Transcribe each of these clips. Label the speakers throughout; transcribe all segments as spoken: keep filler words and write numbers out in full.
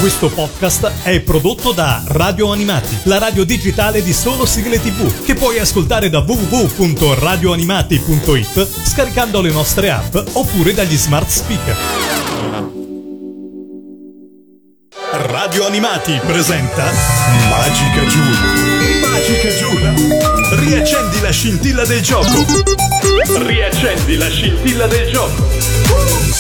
Speaker 1: Questo podcast è prodotto da Radio Animati, la radio digitale di solo sigle tivù, che puoi ascoltare da w w w punto radio animati punto i t scaricando le nostre app oppure dagli smart speaker. Radio Animati presenta Magica Giula. Magica Giula. Riaccendi la scintilla del gioco. Riaccendi la scintilla del gioco.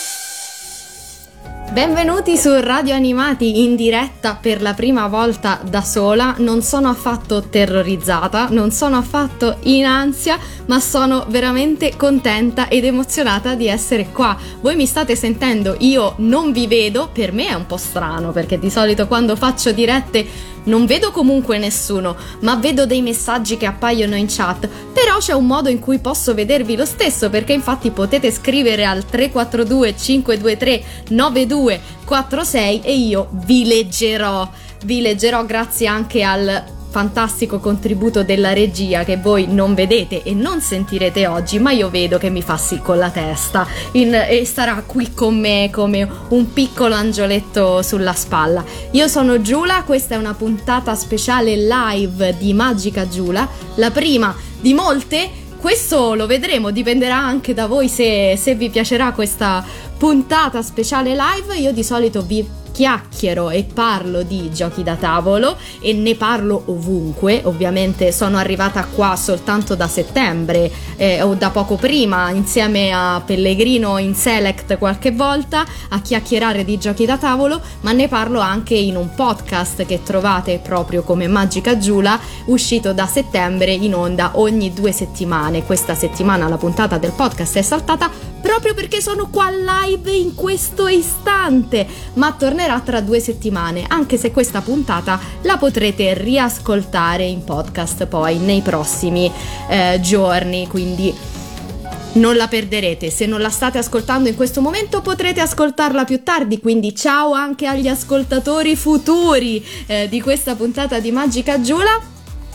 Speaker 2: Benvenuti su Radio Animati in diretta per la prima volta da sola. Non sono affatto terrorizzata, non sono affatto in ansia, ma sono veramente contenta ed emozionata di essere qua. Voi mi state sentendo, io non vi vedo, per me è un po' strano perché di solito quando faccio dirette non vedo comunque nessuno, ma vedo dei messaggi che appaiono in chat. Però c'è un modo in cui posso vedervi lo stesso, perché infatti potete scrivere al tre quattro due cinque due tre nove due quattro sei e io vi leggerò. Vi leggerò grazie anche al fantastico contributo della regia che voi non vedete e non sentirete oggi, ma io vedo che mi fa sì con la testa in, e starà qui con me come un piccolo angioletto sulla spalla. Io sono Giulia, questa è una puntata speciale live di Magica Giula, la prima di molte. Questo lo vedremo, dipenderà anche da voi se, se vi piacerà questa puntata speciale live. Io di solito vi chiacchiero e parlo di giochi da tavolo e ne parlo ovunque. Ovviamente sono arrivata qua soltanto da settembre eh, o da poco prima, insieme a Pellegrino in Select qualche volta, a chiacchierare di giochi da tavolo, ma ne parlo anche in un podcast che trovate proprio come Magica Giula, uscito da settembre in onda ogni due settimane. Questa settimana la puntata del podcast è saltata proprio perché sono qua live in questo istante, ma tornerà tra due settimane, anche se questa puntata la potrete riascoltare in podcast poi nei prossimi eh, giorni, quindi non la perderete. Se non la state ascoltando in questo momento potrete ascoltarla più tardi, quindi ciao anche agli ascoltatori futuri eh, di questa puntata di Magica Giula.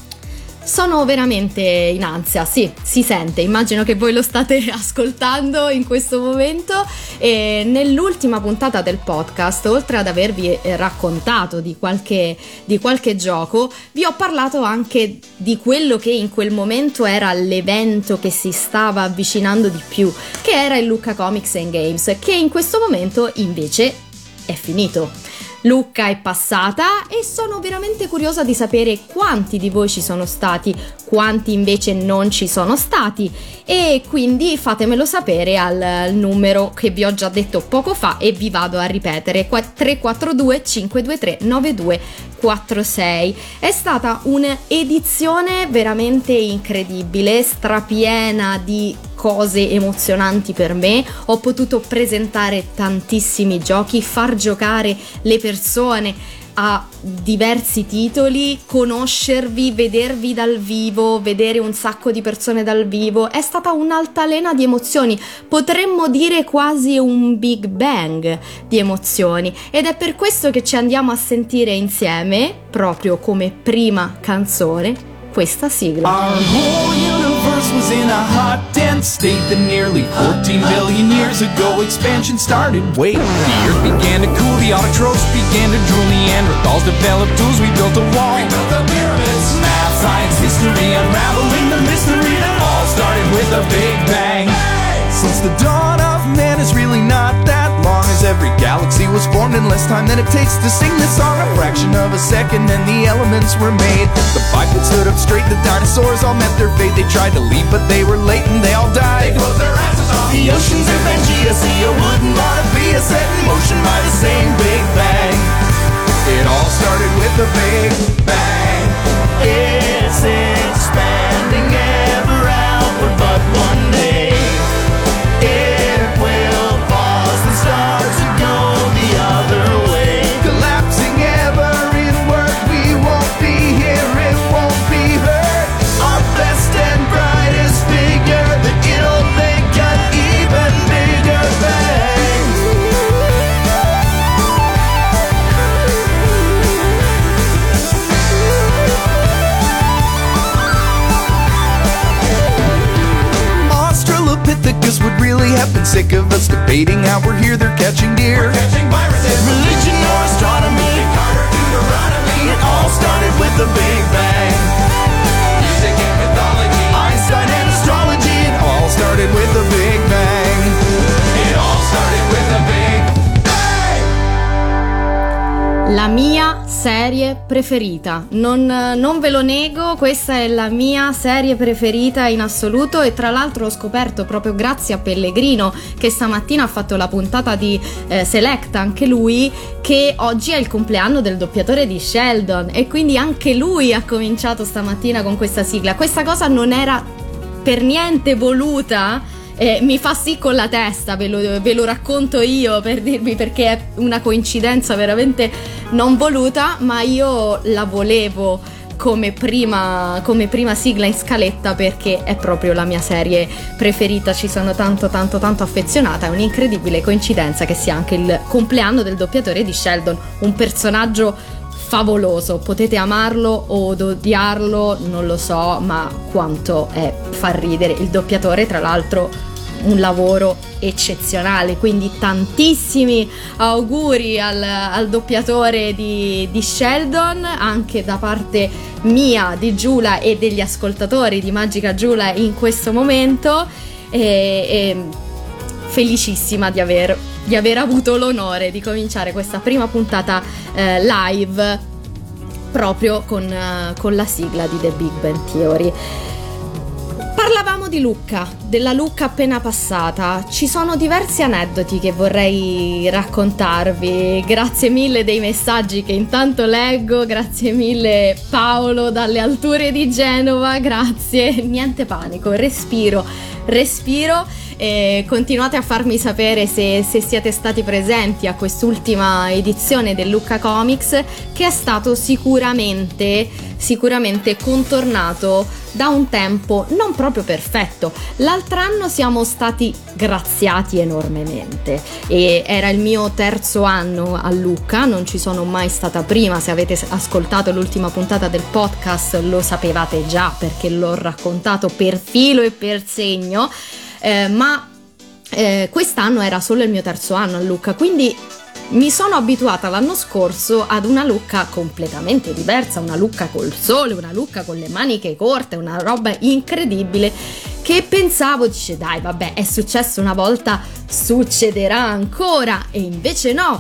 Speaker 2: Sono veramente in ansia, sì, si sente, immagino che voi lo state ascoltando in questo momento. E nell'ultima puntata del podcast, oltre ad avervi raccontato di qualche, di qualche gioco, vi ho parlato anche di quello che in quel momento era l'evento che si stava avvicinando di più, che era il Lucca Comics and Games, che in questo momento invece è finito. Lucca è passata e sono veramente curiosa di sapere quanti di voi ci sono stati, quanti invece non ci sono stati, e quindi fatemelo sapere al numero che vi ho già detto poco fa e vi vado a ripetere: tre quattro due cinque due tre nove due quattro sei. È stata un'edizione veramente incredibile, strapiena di cose emozionanti per me. Ho potuto presentare tantissimi giochi, far giocare le persone a diversi titoli, conoscervi, vedervi dal vivo, vedere un sacco di persone dal vivo. È stata un'altalena di emozioni, potremmo dire quasi un Big Bang di emozioni, ed è per questo che ci andiamo a sentire insieme, proprio come prima canzone, questa sigla.
Speaker 3: Our whole universe was in a hot, dense state that nearly fourteen billion years ago expansion started. Wait, the earth began to cool, the autotrophs began to drool, Neanderthals developed tools, we built a wall. We built the pyramids. Math, science, history, unraveling the mystery that all started with a big bang. Hey! Since the dawn of man is really not that long, as every galaxy was formed in less time than it takes to sing this song. A fraction of a second and the elements were made. The bipeds stood up straight, the dinosaurs all met their fate. They tried to leave but they were late and they all died. They closed their asses off the oceans of Pangea. See, you wouldn't want to be a set in motion by the same Big Bang. It all started with a Big Bang. It's expanding ever outward, but one day it will pause and start to go the other way. Collapsing ever inward, we won't be here, it won't be heard. Our best and brightest figure, that it'll make an even bigger bang. Australopithecus would really have been sick of us debating how we're here, they're catching deer. We're catching viruses. Religion or astronomy
Speaker 2: La mia serie preferita, non, non ve lo nego, questa è la mia serie preferita in assoluto, e tra l'altro ho scoperto proprio grazie a Pellegrino, che stamattina ha fatto la puntata di eh, Selecta, anche lui, che oggi è il compleanno del doppiatore di Sheldon, e quindi anche lui ha cominciato stamattina con questa sigla. Questa cosa non era per niente voluta. Eh, mi fa sì con la testa, ve lo, ve lo racconto io per dirvi, perché è una coincidenza veramente non voluta, ma io la volevo come prima, come prima sigla in scaletta perché è proprio la mia serie preferita, ci sono tanto tanto tanto affezionata. È un'incredibile coincidenza che sia anche il compleanno del doppiatore di Sheldon, un personaggio favoloso. Potete amarlo o odiarlo, non lo so, ma quanto è far ridere. Il doppiatore, tra l'altro, un lavoro eccezionale, quindi tantissimi auguri al, al doppiatore di, di Sheldon, anche da parte mia, di Giulia e degli ascoltatori di Magica Giulia in questo momento, e, e felicissima di aver, di aver avuto l'onore di cominciare questa prima puntata eh, live proprio con, uh, con la sigla di The Big Bang Theory. Parlavamo di Lucca, della Lucca appena passata. Ci sono diversi aneddoti che vorrei raccontarvi. Grazie mille dei messaggi che intanto leggo, grazie mille Paolo dalle alture di Genova, grazie. Niente panico, respiro, respiro. E continuate a farmi sapere se, se siete stati presenti a quest'ultima edizione del Lucca Comics, che è stato sicuramente sicuramente contornato da un tempo non proprio perfetto. L'altro anno siamo stati graziati enormemente e era il mio terzo anno a Lucca, non ci sono mai stata prima. Se avete ascoltato l'ultima puntata del podcast lo sapevate già, perché l'ho raccontato per filo e per segno. Eh, ma eh, quest'anno era solo il mio terzo anno a Lucca, quindi mi sono abituata l'anno scorso ad una Lucca completamente diversa, una Lucca col sole, una Lucca con le maniche corte, una roba incredibile che pensavo, dice dai vabbè, è successo una volta, succederà ancora, e invece no,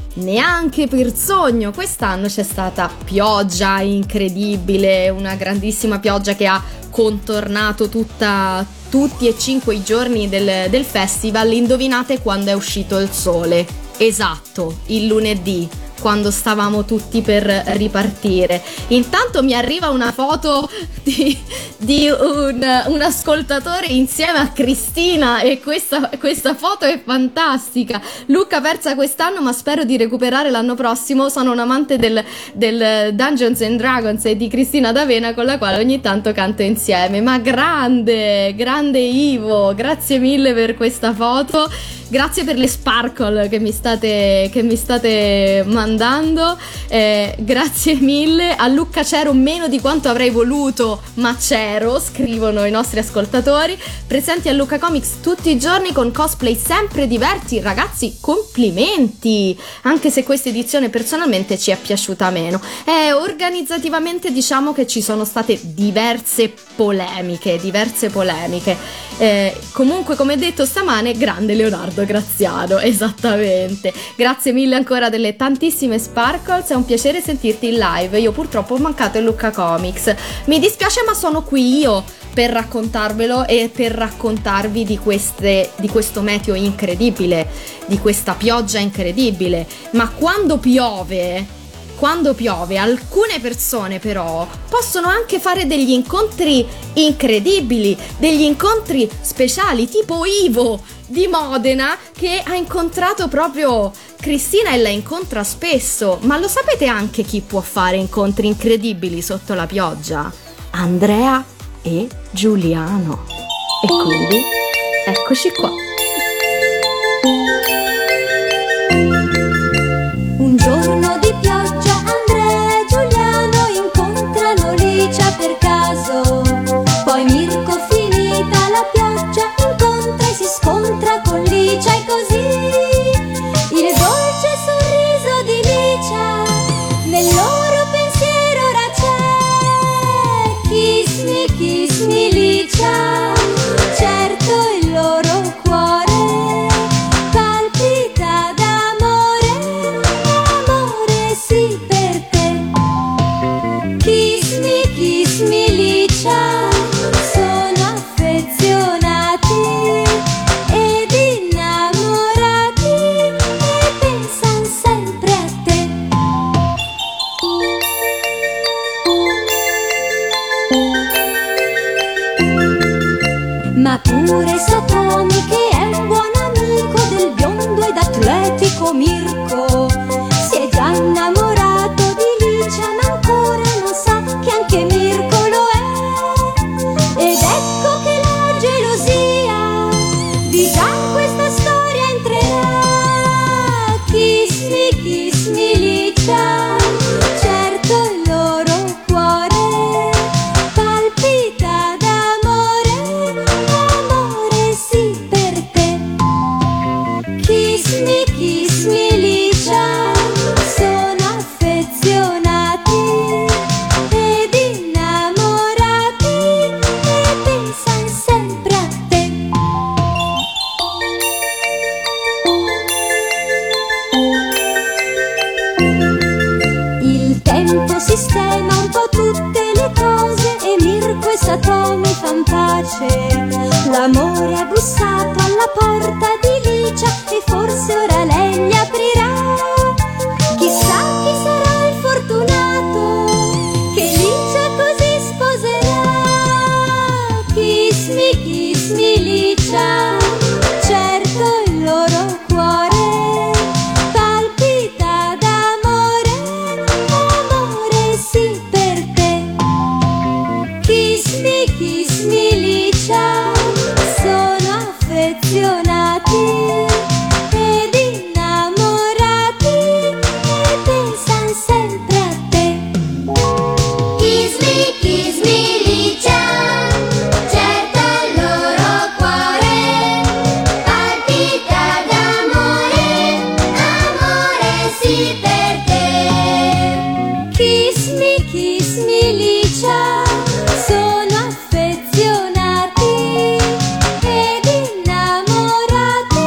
Speaker 2: neanche per sogno. Quest'anno c'è stata pioggia incredibile, una grandissima pioggia che ha contornato tutta, tutti e cinque i giorni del, del festival. Indovinate quando è uscito il sole? Esatto, il lunedì, quando stavamo tutti per ripartire. Intanto mi arriva una foto di, di un, un ascoltatore insieme a Cristina, e questa, questa foto è fantastica. Lucca persa quest'anno, ma spero di recuperare l'anno prossimo. Sono un amante del, del Dungeons and Dragons e di Cristina D'Avena, con la quale ogni tanto canto insieme. Ma grande, grande Ivo, grazie mille per questa foto. Grazie per le sparkle che mi state, che mi state mandando, eh, grazie mille. A Lucca c'ero meno di quanto avrei voluto, ma c'ero, scrivono i nostri ascoltatori. Presenti a Lucca Comics tutti i giorni con cosplay sempre diversi. Ragazzi, complimenti, anche se questa edizione personalmente ci è piaciuta meno. Eh, organizzativamente diciamo che ci sono state diverse polemiche, diverse polemiche. Eh, comunque, come detto stamane, grande Leonardo Graziano, esattamente. Grazie mille ancora delle tantissime sparkles, è un piacere sentirti in live. Io purtroppo ho mancato il Lucca Comics, mi dispiace, ma sono qui io per raccontarvelo e per raccontarvi di queste di questo meteo incredibile, di questa pioggia incredibile. Ma quando piove Quando piove, alcune persone però possono anche fare degli incontri incredibili, degli incontri speciali, tipo Ivo di Modena, che ha incontrato proprio Cristina e la incontra spesso. Ma lo sapete anche chi può fare incontri incredibili sotto la pioggia? Andrea e Giuliano. E quindi eccoci qua.
Speaker 4: Un giorno di pioggia Andrea e Giuliano incontrano Licia per caso. Poi Mirko, finita la pioggia, incontra e si scontra con Licia, e così il dolce sorriso di Licia nel loro pensiero ora c'è. Kiss me, kiss me Licia, certo il loro cuore palpita d'amore, amore, Il tempo sistema un po' tutte le cose e Mirko e Satomi fan pace. L'amore ha bussato alla porta di Licia e forse ora lei gli aprirà. Chissà chi sarà il fortunato che Licia così sposerà. Kiss me, kiss me Licia, certo il loro cuore palpita d'amore, amore sì per te. Kiss me, kiss me Licia, sono affezionati ed innamorati e pensan sempre a te. Kiss me, kiss me Licia, certo il loro cuore palpita d'amore, amore sì per te. Kiss me, kiss me Licia, sono affezionati ed innamorati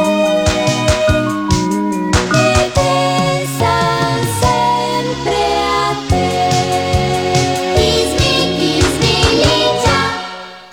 Speaker 4: e pensan sempre a te. Kiss me, kiss me Licia.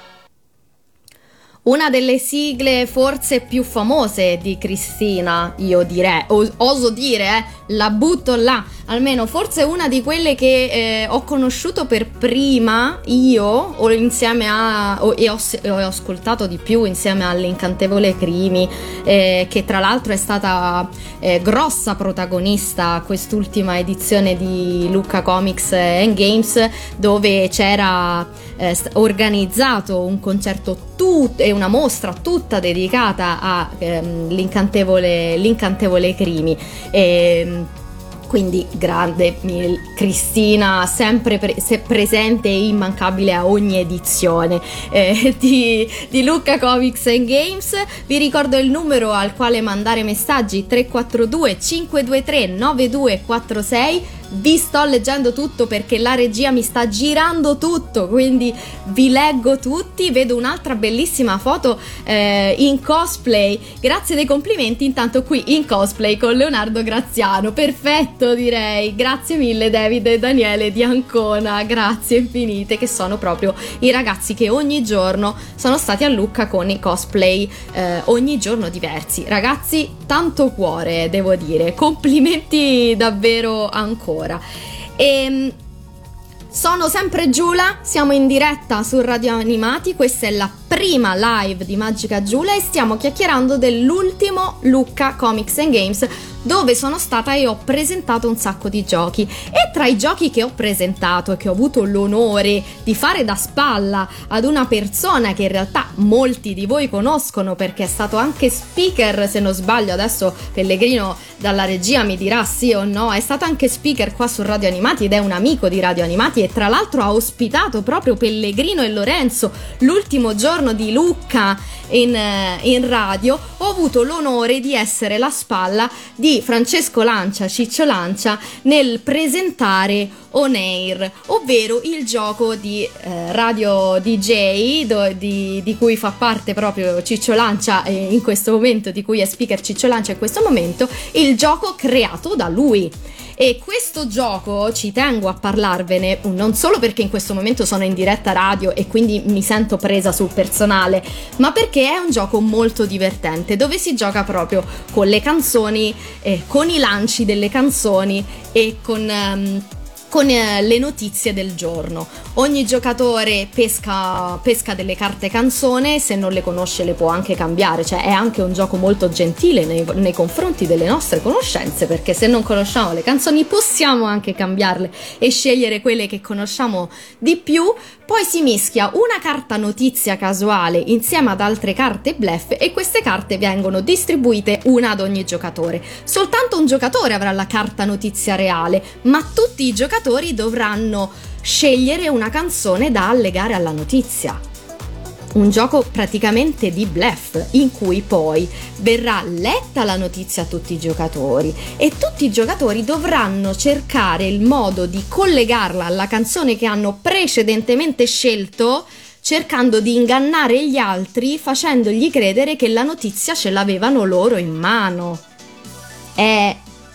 Speaker 2: Una delle sigle forse più famose di Cristina, io direi, o- oso dire, eh, la butto là, almeno forse una di quelle che eh, ho conosciuto per prima io, o insieme a, o, e, ho, e ho ascoltato di più insieme all'Incantevole Crimi, eh, che tra l'altro è stata eh, grossa protagonista a quest'ultima edizione di Lucca Comics and Games, dove c'era eh, st- organizzato un concerto tut- e una mostra tutta dedicata a ehm, l'incantevole, l'incantevole Crimi. E, quindi grande Mil- Cristina, sempre pre- se presente e immancabile a ogni edizione eh, di, di Lucca Comics and Games. Vi ricordo il numero al quale mandare messaggi: tre quattro due cinque due tre nove due quattro sei. Vi sto leggendo tutto perché la regia mi sta girando tutto, quindi vi leggo tutti. Vedo un'altra bellissima foto eh, in cosplay, grazie dei complimenti intanto qui in cosplay con Leonardo Graziano, perfetto direi. Grazie mille David e Daniele di Ancona, grazie infinite, che sono proprio i ragazzi che ogni giorno sono stati a Lucca con i cosplay eh, ogni giorno diversi. Ragazzi, tanto cuore, devo dire, complimenti davvero ancora. E sono sempre Giulia, siamo in diretta su Radio Animati, questa è la prima live di Magica Giulia e stiamo chiacchierando dell'ultimo Lucca Comics and Games, dove sono stata e ho presentato un sacco di giochi. E tra i giochi che ho presentato e che ho avuto l'onore di fare da spalla ad una persona che in realtà molti di voi conoscono perché è stato anche speaker, se non sbaglio, adesso Pellegrino dalla regia mi dirà sì o no, è stato anche speaker qua su Radio Animati ed è un amico di Radio Animati e tra l'altro ha ospitato proprio Pellegrino e Lorenzo l'ultimo giorno di Lucca in, in radio. Ho avuto l'onore di essere la spalla di Francesco Lancia, Ciccio Lancia, nel presentare On Air, ovvero il gioco di eh, Radio D J do, di, di cui fa parte proprio Ciccio Lancia eh, in questo momento, di cui è speaker Ciccio Lancia in questo momento, il gioco creato da lui. E questo gioco ci tengo a parlarvene non solo perché in questo momento sono in diretta radio e quindi mi sento presa sul personale, ma perché è un gioco molto divertente dove si gioca proprio con le canzoni, eh, con i lanci delle canzoni e con... Um, con eh, le notizie del giorno. Ogni giocatore pesca, pesca delle carte canzone, se non le conosce le può anche cambiare, cioè è anche un gioco molto gentile nei, nei confronti delle nostre conoscenze, perché se non conosciamo le canzoni possiamo anche cambiarle e scegliere quelle che conosciamo di più. Poi si mischia una carta notizia casuale insieme ad altre carte bluff e queste carte vengono distribuite una ad ogni giocatore. Soltanto un giocatore avrà la carta notizia reale, ma tutti i giocatori dovranno scegliere una canzone da allegare alla notizia. Un gioco praticamente di bluff in cui poi verrà letta la notizia a tutti i giocatori e tutti i giocatori dovranno cercare il modo di collegarla alla canzone che hanno precedentemente scelto, cercando di ingannare gli altri facendogli credere che la notizia ce l'avevano loro in mano. È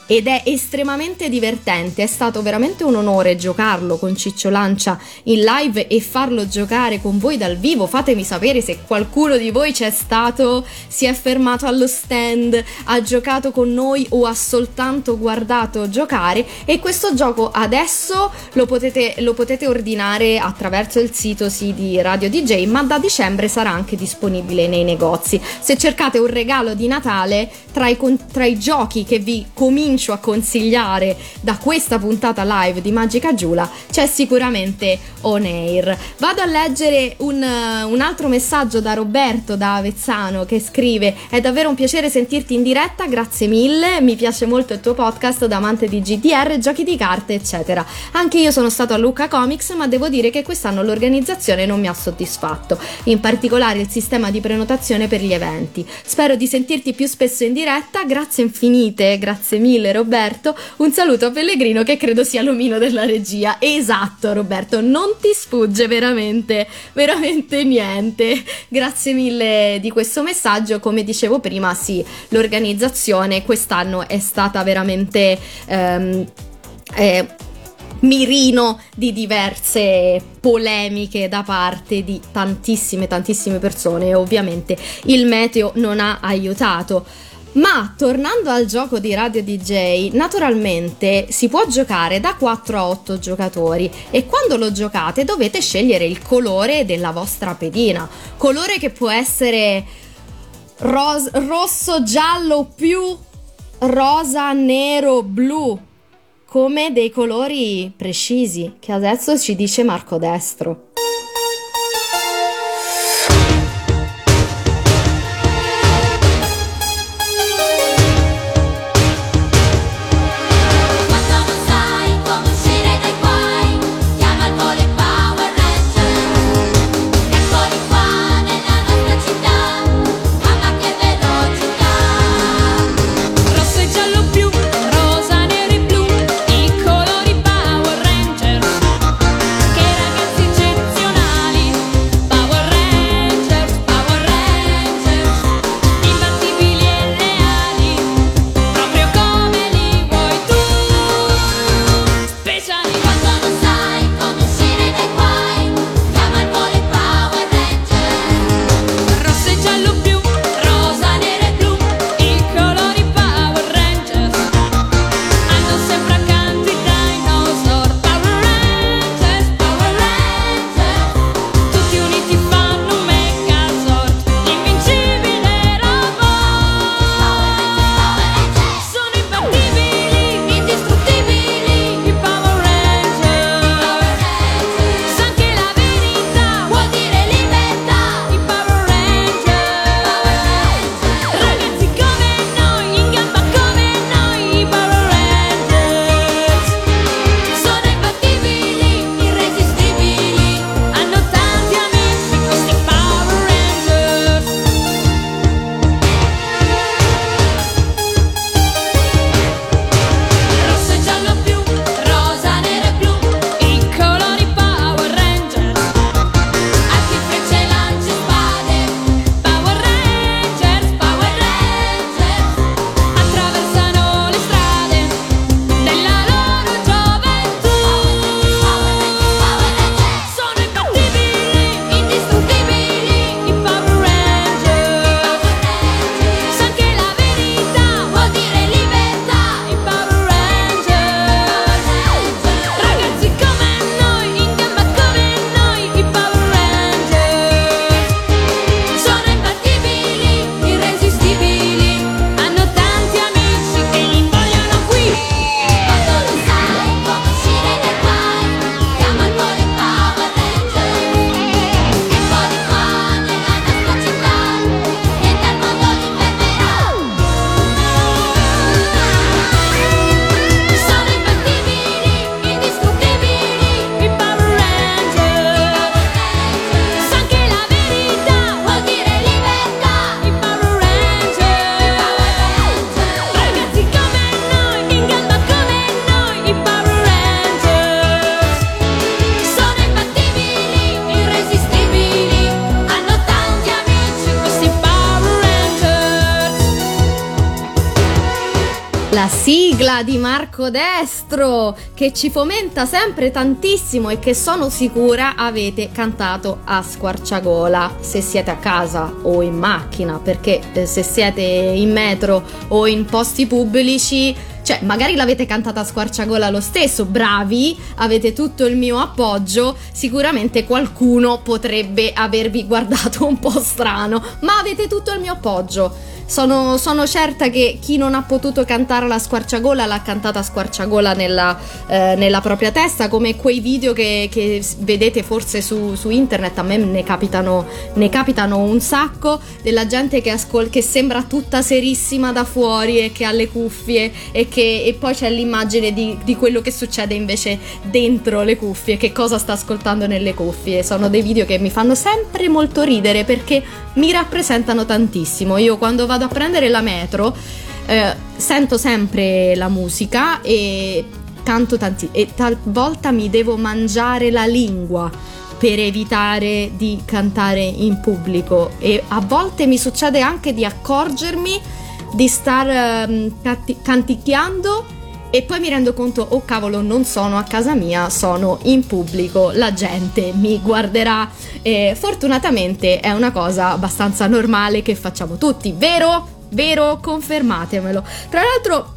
Speaker 2: ed è estremamente divertente. È stato veramente un onore giocarlo con Ciccio Lancia in live e farlo giocare con voi dal vivo. Fatemi sapere se qualcuno di voi c'è stato, si è fermato allo stand, ha giocato con noi o ha soltanto guardato giocare. E questo gioco adesso lo potete, lo potete ordinare attraverso il sito sì di Radio D J, ma da dicembre sarà anche disponibile nei negozi. Se cercate un regalo di Natale, tra i, tra i giochi che vi comincio a consigliare da questa puntata live di Magica Giulia c'è sicuramente On Air. Vado a leggere un, un altro messaggio da Roberto da Avezzano, che scrive: è davvero un piacere sentirti in diretta, grazie mille, mi piace molto il tuo podcast da amante di G D R, giochi di carte eccetera. Anche io sono stato a Lucca Comics, ma devo dire che quest'anno l'organizzazione non mi ha soddisfatto, in particolare il sistema di prenotazione per gli eventi. Spero di sentirti più spesso in diretta, grazie infinite, grazie mille Roberto, un saluto a Pellegrino che credo sia l'omino della regia. Esatto Roberto, non ti sfugge veramente, veramente niente. Grazie mille di questo messaggio. Come dicevo prima, sì, l'organizzazione quest'anno è stata veramente ehm, eh, mirino di diverse polemiche da parte di tantissime tantissime persone e ovviamente il meteo non ha aiutato. Ma tornando al gioco di Radio D J, naturalmente si può giocare da quattro a otto giocatori e quando lo giocate dovete scegliere il colore della vostra pedina, colore che può essere ros- rosso, giallo, più rosa, nero, blu, come dei colori precisi che adesso ci dice Marco Destro. sigla di Marco Destro, che ci fomenta sempre tantissimo e che sono sicura avete cantato a squarciagola se siete a casa o in macchina, perché eh, se siete in metro o in posti pubblici, cioè magari l'avete cantata a squarciagola lo stesso, bravi, avete tutto il mio appoggio. Sicuramente qualcuno potrebbe avervi guardato un po' strano, ma avete tutto il mio appoggio. Sono, sono certa che chi non ha potuto cantare la squarciagola l'ha cantata a squarciagola nella, eh, nella propria testa, come quei video che, che vedete forse su, su internet. A me ne capitano, ne capitano un sacco, della gente che, ascol- che sembra tutta serissima da fuori e che ha le cuffie e, che, e poi c'è l'immagine di, di quello che succede invece dentro le cuffie, che cosa sta ascoltando nelle cuffie. Sono dei video che mi fanno sempre molto ridere perché mi rappresentano tantissimo. Io quando vado a prendere la metro eh, sento sempre la musica e canto tanti, e talvolta mi devo mangiare la lingua per evitare di cantare in pubblico, e a volte mi succede anche di accorgermi di star um, canti- canticchiando e poi mi rendo conto, oh cavolo, non sono a casa mia, sono in pubblico, la gente mi guarderà. E fortunatamente è una cosa abbastanza normale che facciamo tutti, vero? Vero? Confermatemelo. Tra l'altro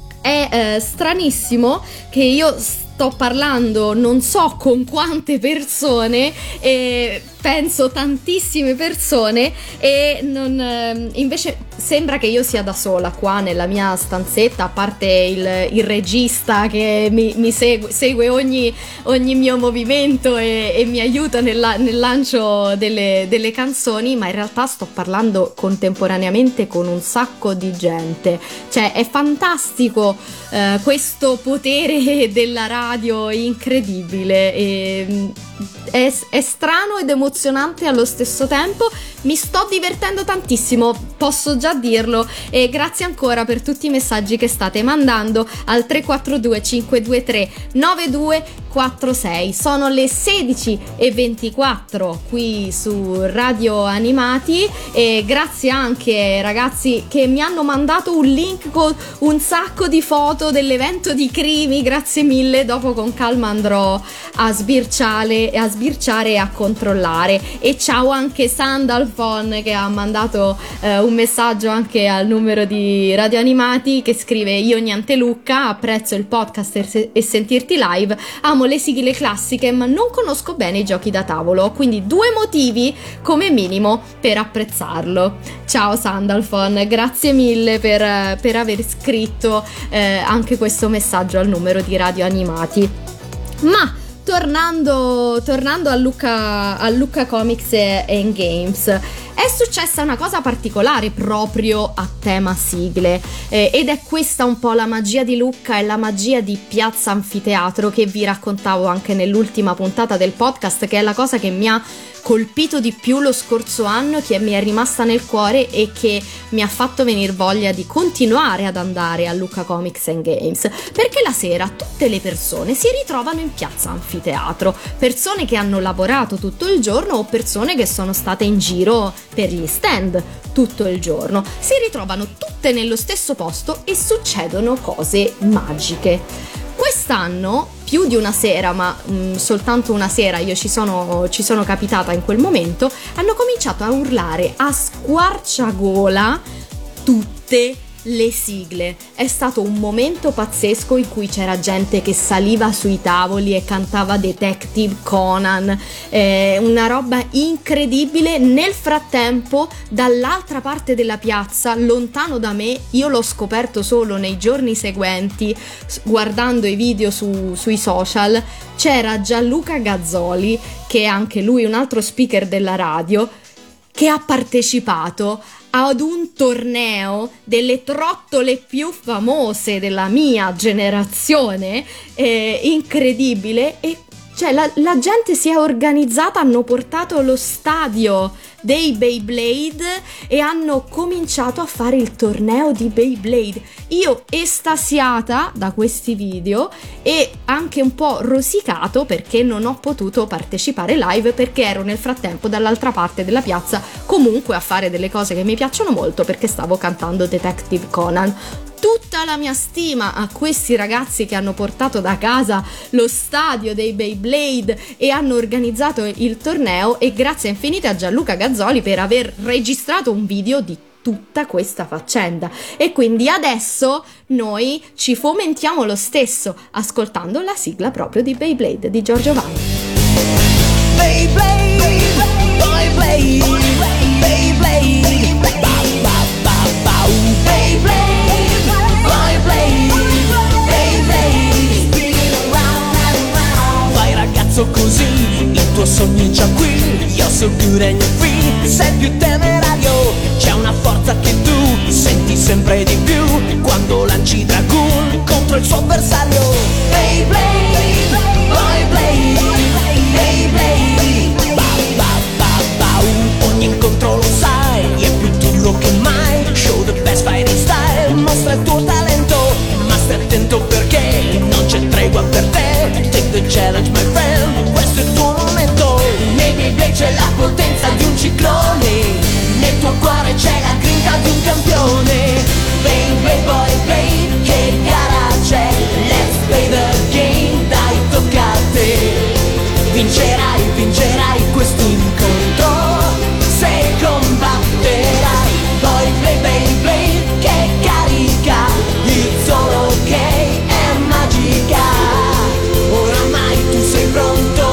Speaker 2: è eh, stranissimo che io sto parlando non so con quante persone, e penso tantissime persone, e non, eh, invece sembra che io sia da sola qua nella mia stanzetta, a parte il, il regista che mi, mi segue, segue ogni, ogni mio movimento e, e mi aiuta nella, nel lancio delle, delle canzoni, ma in realtà sto parlando contemporaneamente con un sacco di gente. Cioè è fantastico eh, questo potere della radio, incredibile, e È, è strano ed emozionante allo stesso tempo. Mi sto divertendo tantissimo, posso già dirlo, e grazie ancora per tutti i messaggi che state mandando al tre quattro due cinque due tre nove due quattro sei. Sono le sedici e ventiquattro qui su Radio Animati, e grazie anche ai ragazzi che mi hanno mandato un link con un sacco di foto dell'evento di Crimi, grazie mille. Dopo con calma andrò a sbirciare, a sbirciare e a controllare. E ciao anche Sandalphon, che ha mandato eh, un messaggio anche al numero di Radio Animati, che scrive: io niente Lucca, apprezzo il podcast e, se- e sentirti live, amo le sigle classiche ma non conosco bene i giochi da tavolo, quindi due motivi come minimo per apprezzarlo. Ciao Sandalphon, grazie mille per, per aver scritto eh, anche questo messaggio al numero di Radio Animati. Ma Tornando, tornando a Lucca, a Lucca Comics and Games, è successa una cosa particolare proprio a tema sigle, eh, ed è questa un po' la magia di Lucca e la magia di Piazza Anfiteatro, che vi raccontavo anche nell'ultima puntata del podcast, che è la cosa che mi ha colpito di più lo scorso anno, che mi è rimasta nel cuore e che mi ha fatto venire voglia di continuare ad andare a Lucca Comics and Games, perché la sera tutte le persone si ritrovano in Piazza Anfiteatro, persone che hanno lavorato tutto il giorno o persone che sono state in giro per gli stand tutto il giorno, si ritrovano tutte nello stesso posto e succedono cose magiche. Quest'anno più di una sera, ma mh, soltanto una sera io ci sono, ci sono capitata in quel momento, hanno cominciato a urlare a squarciagola tutte le sigle. È stato un momento pazzesco in cui c'era gente che saliva sui tavoli e cantava Detective Conan, eh, una roba incredibile. Nel frattempo, dall'altra parte della piazza, lontano da me, io l'ho scoperto solo nei giorni seguenti guardando i video su, sui social, c'era Gianluca Gazzoli, che è anche lui un altro speaker della radio, che ha partecipato ad un torneo delle trottole più famose della mia generazione, eh, incredibile. E cioè la, la gente si è organizzata, hanno portato lo stadio dei Beyblade e hanno cominciato a fare il torneo di Beyblade. Io estasiata da questi video e anche un po' rosicato perché non ho potuto partecipare live, perché ero nel frattempo dall'altra parte della piazza comunque a fare delle cose che mi piacciono molto, perché stavo cantando Detective Conan. tutta la mia stima a questi ragazzi che hanno portato da casa lo stadio dei Beyblade e hanno organizzato il torneo, e grazie infinite a Gianluca Gazzoli per aver registrato un video di tutta questa faccenda. E quindi adesso noi ci fomentiamo lo stesso ascoltando la sigla proprio di Beyblade di Giorgio Vanni.
Speaker 5: Beyblade, Beyblade, Beyblade, ba ba ba ba, Beyblade, Beyblade, Beyblade, spin around and round. Vai ragazzo così, il tuo sogno è già qui. You're so good and you're free, sei più temerario. C'è una forza che tu senti sempre di più quando lanci Dragoon contro il suo avversario. Beyblade, Beyblade, Beyblade, ba ba ba ba. Ogni incontro lo sai, è più duro che mai. Show the best fighting style, mostra il tuo talento, ma stai attento perché non c'è tregua per te. Take the challenge my friend, questo è il tuo momento. Nei Beyblade c'è la potenza di un ciclone, nel tuo cuore c'è la grinta di un campione. Beyblade, Beyblade, che gara c'è? Let's play the game, dai tocca a te. Vincerai, vincerai questo incontro se combatterai. Beyblade, Beyblade, che carica, il solo ok è magica. Oramai tu sei pronto,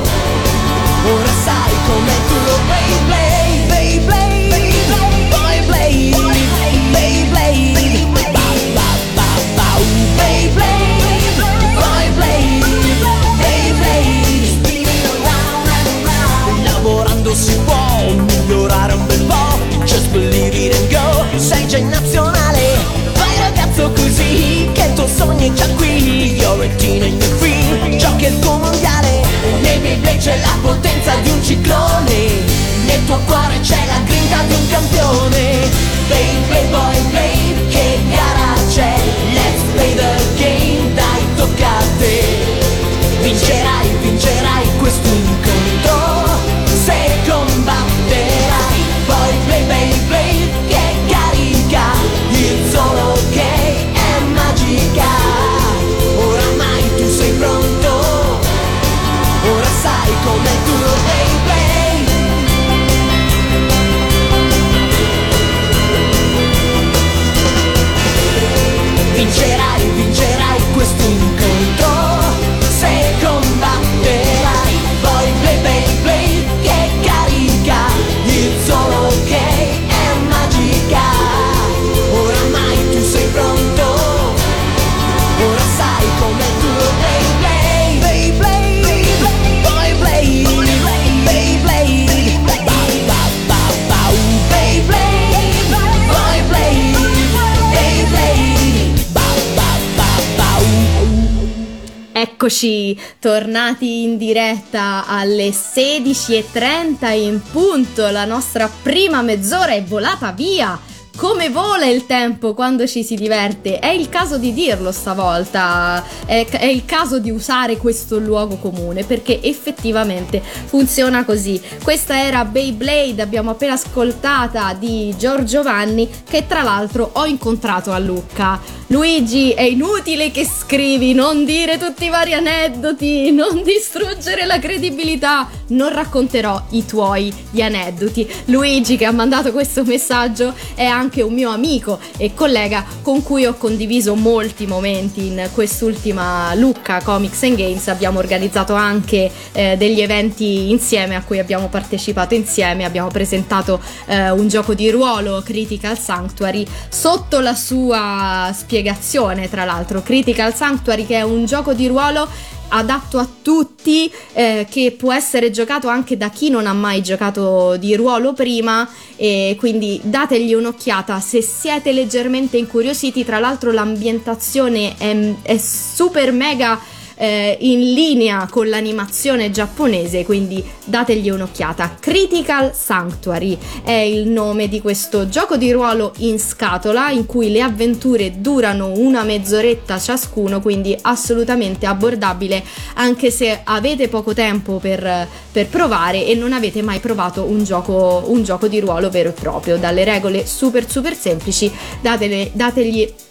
Speaker 5: ora sai com'è il tuo Beyblade. Beyblade, Beyblade, Beyblade, ba ba ba ba, Beyblade, Beyblade, Beyblade, spinning around and around. Lavorando si può migliorare un bel po', just believe it and go, sei già in nazionale. Vai ragazzo così, che il tuo sogno è già qui. You're a teen and you're free, giochi il tuo mondiale. Nei Beyblade c'è la potenza di un ciclone, nel tuo cuore c'è la grinta di un campione. Beyblade, Beyblade, che gara c'è? Let's play the game, dai tocca a te. Vincerai, vincerai questo incontro se combatterai. Beyblade, Beyblade, che carica, il solo ok è magica. Oramai tu sei pronto, ora sai com'è il tuo Beyblade. Vincerai, vincerai questo incontro se combatterai. Beyblade, Beyblade, che carica, il solo ok è magica. Oramai tu sei pronto, ora sai com'è il tuo Beyblade. Beyblade, Beyblade, Beyblade, ba ba ba ba, Beyblade, Beyblade, Beyblade, ba ba ba ba.
Speaker 2: Eccoci tornati in diretta alle sedici e trenta in punto. La nostra prima mezz'ora è volata via. Come vola il tempo quando ci si diverte? È il caso di dirlo stavolta, è, è il caso di usare questo luogo comune, perché effettivamente funziona così. Questa era Beyblade, abbiamo appena ascoltata, di Giorgio Vanni, che tra l'altro ho incontrato a Lucca. Luigi, è inutile che scrivi, non dire tutti i vari aneddoti, non distruggere la credibilità, non racconterò i tuoi gli aneddoti. Luigi, che ha mandato questo messaggio, è anche un mio amico e collega con cui ho condiviso molti momenti in quest'ultima Lucca Comics and Games. Abbiamo organizzato anche eh, degli eventi insieme a cui abbiamo partecipato insieme, abbiamo presentato eh, un gioco di ruolo, Critical Sanctuary, sotto la sua spiegazione. Tra l'altro Critical Sanctuary, che è un gioco di ruolo adatto a tutti, eh, che può essere giocato anche da chi non ha mai giocato di ruolo prima, e quindi dategli un'occhiata se siete leggermente incuriositi. Tra l'altro l'ambientazione è, è super mega eh, in linea con l'animazione giapponese, quindi dategli un'occhiata. Critical Sanctuary è il nome di questo gioco di ruolo in scatola, in cui le avventure durano una mezz'oretta ciascuno, quindi assolutamente abbordabile anche se avete poco tempo per, per provare e non avete mai provato un gioco, un gioco di ruolo vero e proprio. Dalle regole super super semplici, datele, dategli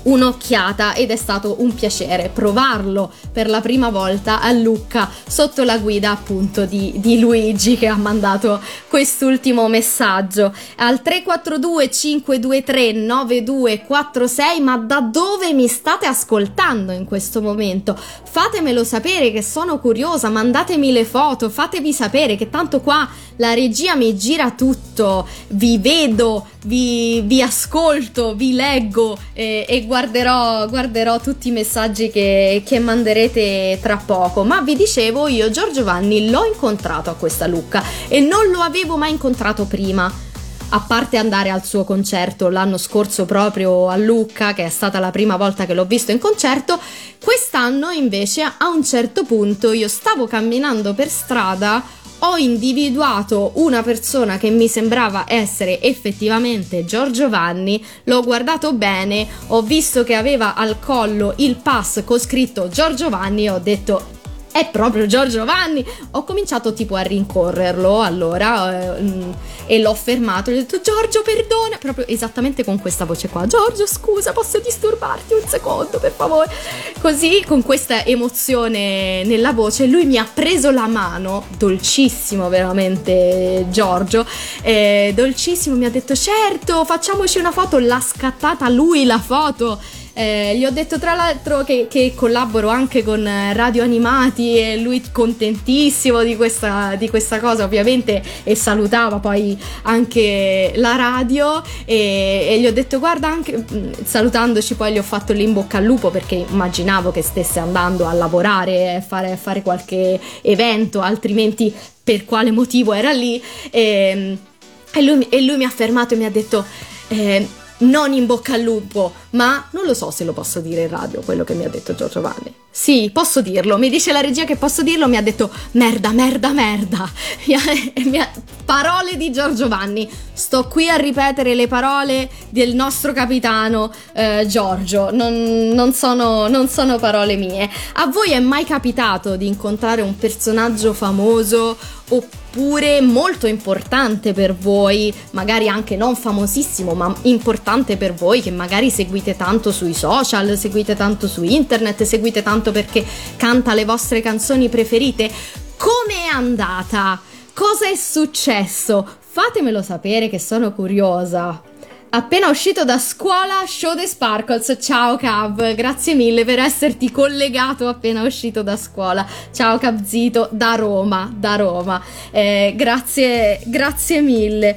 Speaker 2: un'occhiata ed è stato un piacere provarlo per la prima volta a Lucca sotto la guida appunto di, di Luigi, che ha mandato quest'ultimo messaggio al tre quattro due cinque due tre nove due quattro sei. Ma da dove mi state ascoltando in questo momento? Fatemelo sapere, che sono curiosa, mandatemi le foto, fatevi sapere, che tanto qua la regia mi gira tutto, vi vedo, vi, vi ascolto, vi leggo eh, e guarderò, guarderò tutti i messaggi che, che manderete tra poco. Ma vi dicevo, io Giorgio Vanni l'ho incontrato a questa Lucca e non lo avevo mai incontrato prima, a parte andare al suo concerto l'anno scorso proprio a Lucca, che è stata la prima volta che l'ho visto in concerto. Quest'anno invece a un certo punto io stavo camminando per strada, ho individuato una persona che mi sembrava essere effettivamente Giorgio Vanni, l'ho guardato bene, ho visto che aveva al collo il pass con scritto Giorgio Vanni e ho detto è proprio Giorgio Vanni. Ho cominciato tipo a rincorrerlo allora eh, e l'ho fermato, gli ho detto Giorgio perdona, proprio esattamente con questa voce qua, Giorgio scusa posso disturbarti un secondo per favore, così con questa emozione nella voce. Lui mi ha preso la mano, dolcissimo veramente Giorgio, eh, dolcissimo, mi ha detto certo facciamoci una foto, l'ha scattata lui la foto. Eh, gli ho detto tra l'altro che, che collaboro anche con Radio Animati e lui contentissimo di questa, di questa cosa ovviamente, e salutava poi anche la radio e, e gli ho detto guarda anche, salutandoci poi gli ho fatto l'in bocca al lupo perché immaginavo che stesse andando a lavorare, a fare, a fare qualche evento, altrimenti per quale motivo era lì, e, e, lui, e lui mi ha fermato e mi ha detto eh, non in bocca al lupo, ma non lo so se lo posso dire in radio quello che mi ha detto Giorgio Vanni. Sì, posso dirlo, mi dice la regia che posso dirlo, mi ha detto merda, merda, merda. Mi ha, mi ha, parole di Giorgio Vanni. Sto qui a ripetere le parole del nostro capitano eh, Giorgio, non, non, sono, non sono parole mie. A voi è mai capitato di incontrare un personaggio famoso oppure molto importante per voi, magari anche non famosissimo ma importante per voi, che magari seguite tanto sui social, seguite tanto su internet, seguite tanto perché canta le vostre canzoni preferite? Come è andata? Cosa è successo? Fatemelo sapere che sono curiosa. Appena uscito da scuola, Show the Sparkles. Ciao Cav, grazie mille per esserti collegato appena uscito da scuola. Ciao Cavzito, da Roma, da Roma. Eh, grazie, grazie mille.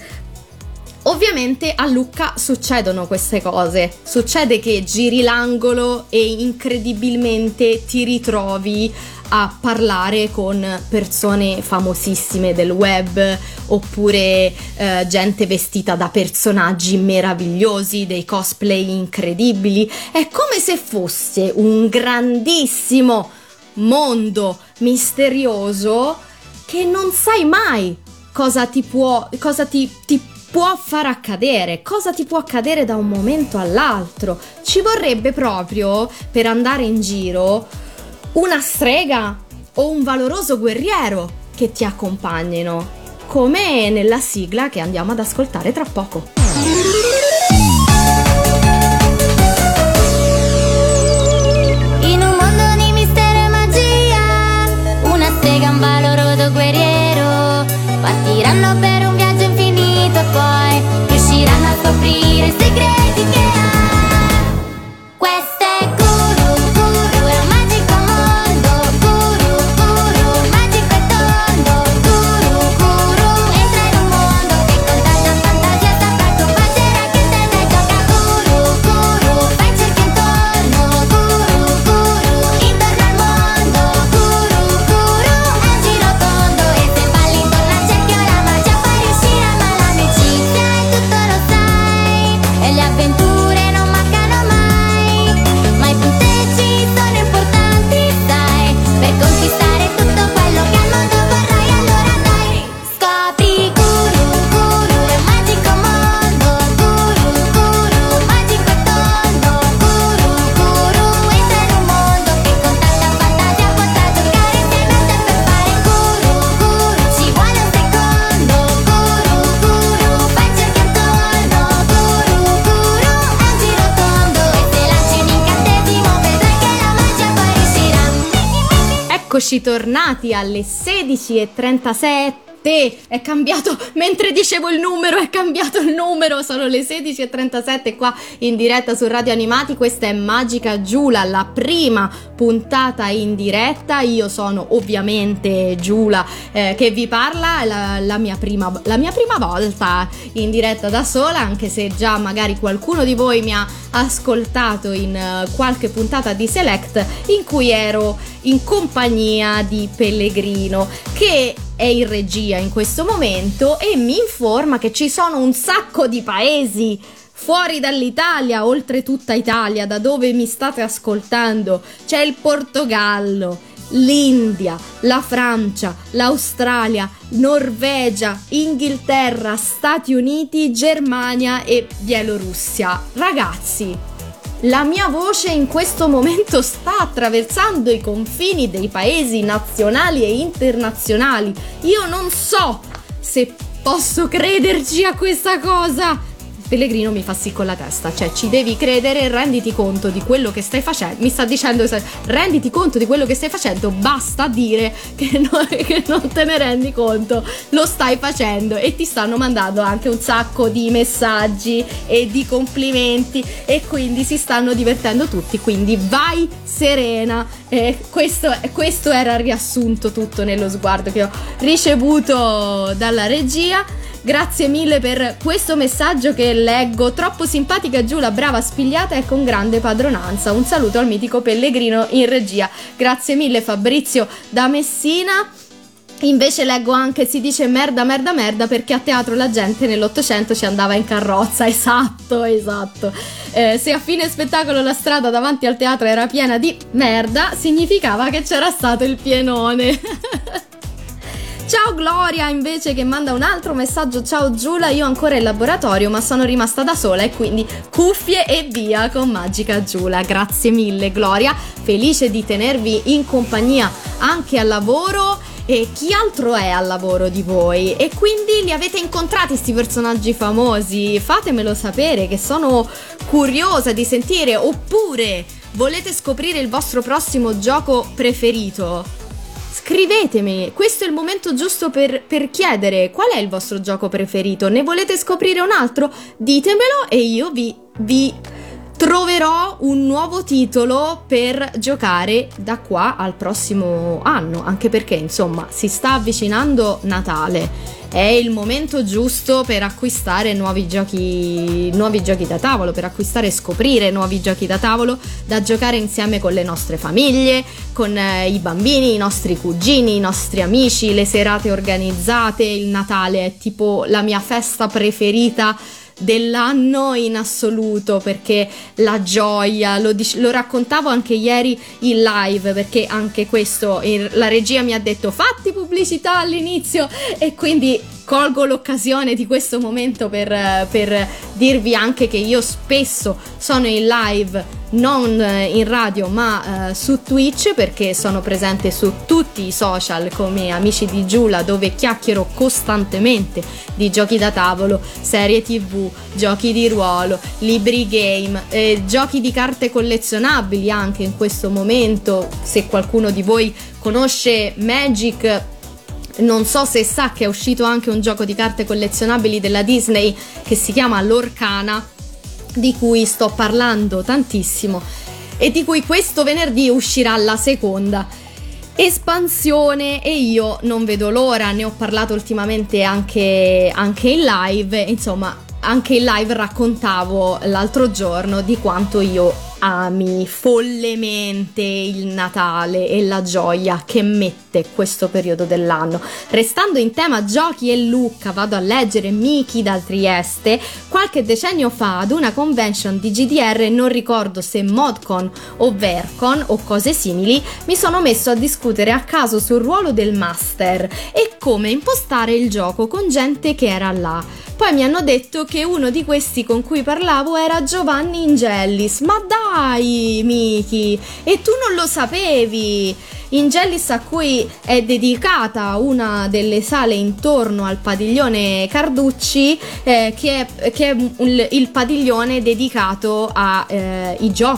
Speaker 2: Ovviamente a Lucca succedono queste cose, succede che giri l'angolo e incredibilmente ti ritrovi a parlare con persone famosissime del web oppure eh, gente vestita da personaggi meravigliosi, dei cosplay incredibili. È come se fosse un grandissimo mondo misterioso che non sai mai cosa ti può, cosa ti, ti può far accadere, cosa ti può accadere da un momento all'altro. Ci vorrebbe proprio, per andare in giro, una strega o un valoroso guerriero che ti accompagnino, come nella sigla che andiamo ad ascoltare tra poco.
Speaker 4: In un mondo di mistero e magia, una strega e un valoroso guerriero partiranno per un viaggio infinito e poi riusciranno a scoprire i segreti che ha. Questo è Guru, Guru è un magico mondo, Guru, Guru, magico e tondo, Guru, Guru entra in un mondo che con tanta fantasia saprà
Speaker 2: Eccoci tornati alle sedici e trentasette. È cambiato, mentre dicevo il numero è cambiato il numero, sono le sedici e trentasette qua in diretta su Radio Animati. Questa è Magica Giulia, la prima puntata in diretta. Io sono ovviamente Giulia eh, che vi parla, la, la, mia prima, la mia prima volta in diretta da sola, anche se già magari qualcuno di voi mi ha ascoltato in uh, qualche puntata di Select in cui ero in compagnia di Pellegrino, che è in regia in questo momento e mi informa che ci sono un sacco di paesi fuori dall'Italia, oltre tutta Italia, da dove mi state ascoltando. C'è il Portogallo, l'India, la Francia, l'Australia, Norvegia, Inghilterra, Stati Uniti, Germania e Bielorussia. Ragazzi, la mia voce in questo momento sta attraversando i confini dei paesi nazionali e internazionali. Io non so se posso crederci a questa cosa. Pellegrino mi fa sì con la testa, cioè ci devi credere, renditi conto di quello che stai facendo. Mi sta dicendo renditi conto di quello che stai facendo, basta dire che, no, che non te ne rendi conto, lo stai facendo. E ti stanno mandando anche un sacco di messaggi e di complimenti e quindi si stanno divertendo tutti, quindi vai serena. E questo, questo era il riassunto tutto nello sguardo che ho ricevuto dalla regia. Grazie mille per questo messaggio che leggo. Troppo simpatica Giulia, brava, spigliata e con grande padronanza. Un saluto al mitico Pellegrino in regia. Grazie mille Fabrizio da Messina. Invece leggo anche, si dice merda merda merda perché a teatro la gente nell'Ottocento ci andava in carrozza. Esatto, esatto. Eh, se a fine spettacolo la strada davanti al teatro era piena di merda, significava che c'era stato il pienone. Ciao Gloria invece che manda un altro messaggio. Ciao Giulia, io ancora in laboratorio ma sono rimasta da sola e quindi cuffie e via con Magica Giulia. Grazie mille Gloria, felice di tenervi in compagnia anche al lavoro. E chi altro è al lavoro di voi? E quindi li avete incontrati sti personaggi famosi? Fatemelo sapere che sono curiosa di sentire. Oppure volete scoprire il vostro prossimo gioco preferito? Scrivetemi, questo è il momento giusto per, per chiedere qual è il vostro gioco preferito. Ne volete scoprire un altro? Ditemelo e io vi, vi troverò un nuovo titolo per giocare da qua al prossimo anno, anche perché insomma si sta avvicinando Natale. È il momento giusto per acquistare nuovi giochi, nuovi giochi da tavolo, per acquistare e scoprire nuovi giochi da tavolo da giocare insieme con le nostre famiglie, con eh, i bambini, i nostri cugini, i nostri amici, le serate organizzate. Il Natale è tipo la mia festa preferita dell'anno in assoluto, perché la gioia, lo, dic- lo raccontavo anche ieri in live, perché anche questo in- la regia mi ha detto fatti pubblicità all'inizio e quindi colgo l'occasione di questo momento per, per dirvi anche che io spesso sono in live non in radio ma eh, su Twitch, perché sono presente su tutti i social come Amici di Giulia, dove chiacchiero costantemente di giochi da tavolo, serie tv, giochi di ruolo, libri game, eh, giochi di carte collezionabili anche in questo momento. Se qualcuno di voi conosce Magic, non so se sa che è uscito anche un gioco di carte collezionabili della Disney che si chiama Lorcana, di cui sto parlando tantissimo e di cui questo venerdì uscirà la seconda espansione e io non vedo l'ora. Ne ho parlato ultimamente anche, anche in live, insomma anche in live raccontavo l'altro giorno di quanto io ami follemente il Natale e la gioia che mette questo periodo dell'anno. Restando in tema giochi e look, vado a leggere Miki da Trieste. Qualche decennio fa ad una convention di G D R, non ricordo se Modcon o Vercon o cose simili, mi sono messo a discutere a caso sul ruolo del master e come impostare il gioco con gente che era là. Poi mi hanno detto che uno di questi con cui parlavo era Giovanni Ingellis. Ma dai, Miki, e tu non lo sapevi? Ingellis, a cui è dedicata una delle sale intorno al padiglione Carducci, eh, che è, che è il, il padiglione dedicato ai eh, giochi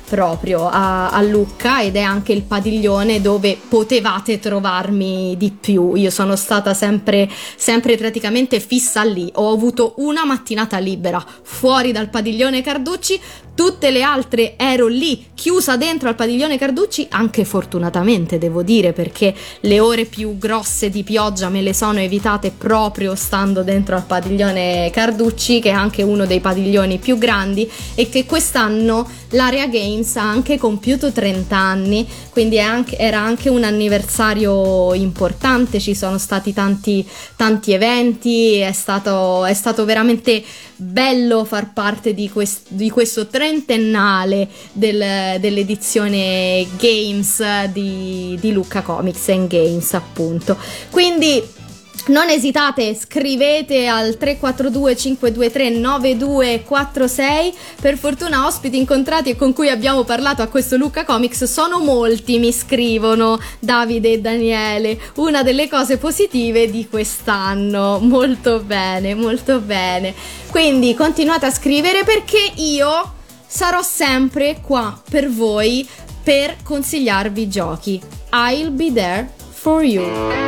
Speaker 2: proprio a, a Lucca, ed è anche il padiglione dove potevate trovarmi di più. Io sono stata sempre sempre praticamente fissa lì, ho avuto una mattinata libera fuori dal padiglione Carducci, tutte le altre ero lì chiusa dentro al padiglione Carducci, anche fortunatamente devo dire, perché le ore più grosse di pioggia me le sono evitate proprio stando dentro al padiglione Carducci, che è anche uno dei padiglioni più grandi e che quest'anno l'Area Games ha anche compiuto trenta anni, quindi è anche, era anche un anniversario importante, ci sono stati tanti tanti eventi, è stato, è stato veramente bello far parte di, quest, di questo trentennale del, dell'edizione Games di, di Lucca Comics and Games, appunto. Quindi non esitate, scrivete al tre quattro due cinque due tre nove due quattro sei. Per fortuna ospiti incontrati e con cui abbiamo parlato a questo Lucca Comics sono molti, mi scrivono Davide e Daniele, una delle cose positive di quest'anno. Molto bene, molto bene. Quindi continuate a scrivere, perché io sarò sempre qua per voi per consigliarvi giochi. I'll be there for you.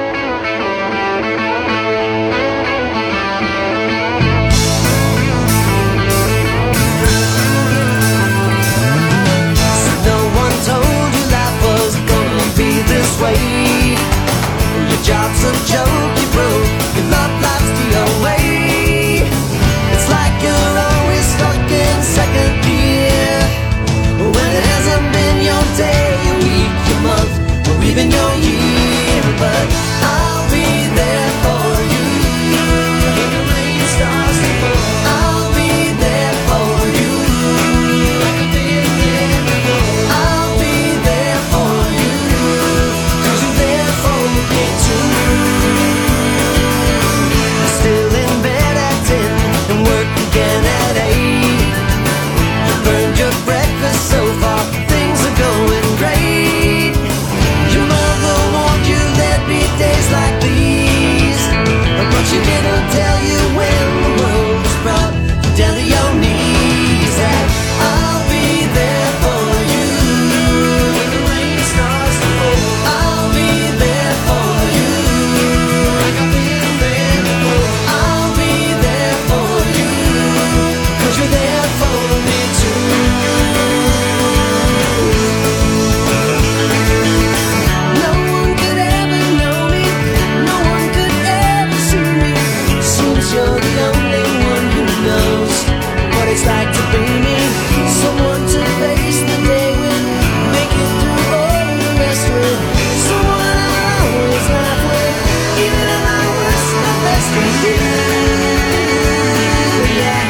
Speaker 5: Way. Your job's a joke, you broke, your love life's the away. It's like you're always stuck in second gear, when it hasn't been your day, your week, your month, or even your year. But I'll be there for you when the rain starts to fall. I'll be there for you like I've been there before. I'll be there for you. Still in bed at ten and work again at eight. You burned your breakfast so far, things are going great. Your mother warned you there'd be days like these, but she didn't tell you when the world was brought down to your knees. And I'll be there for you when the rain starts to fall. I'll be there for you like I've been there before. I'll be there for you, 'cause you're there for me too. No one could ever know me, no one could ever see me. Seems you're the only one who knows what it's like to be me. Someone to face the day with, make it through all the rest with. Someone I always laugh with, even at my worst, my best with you. Yeah.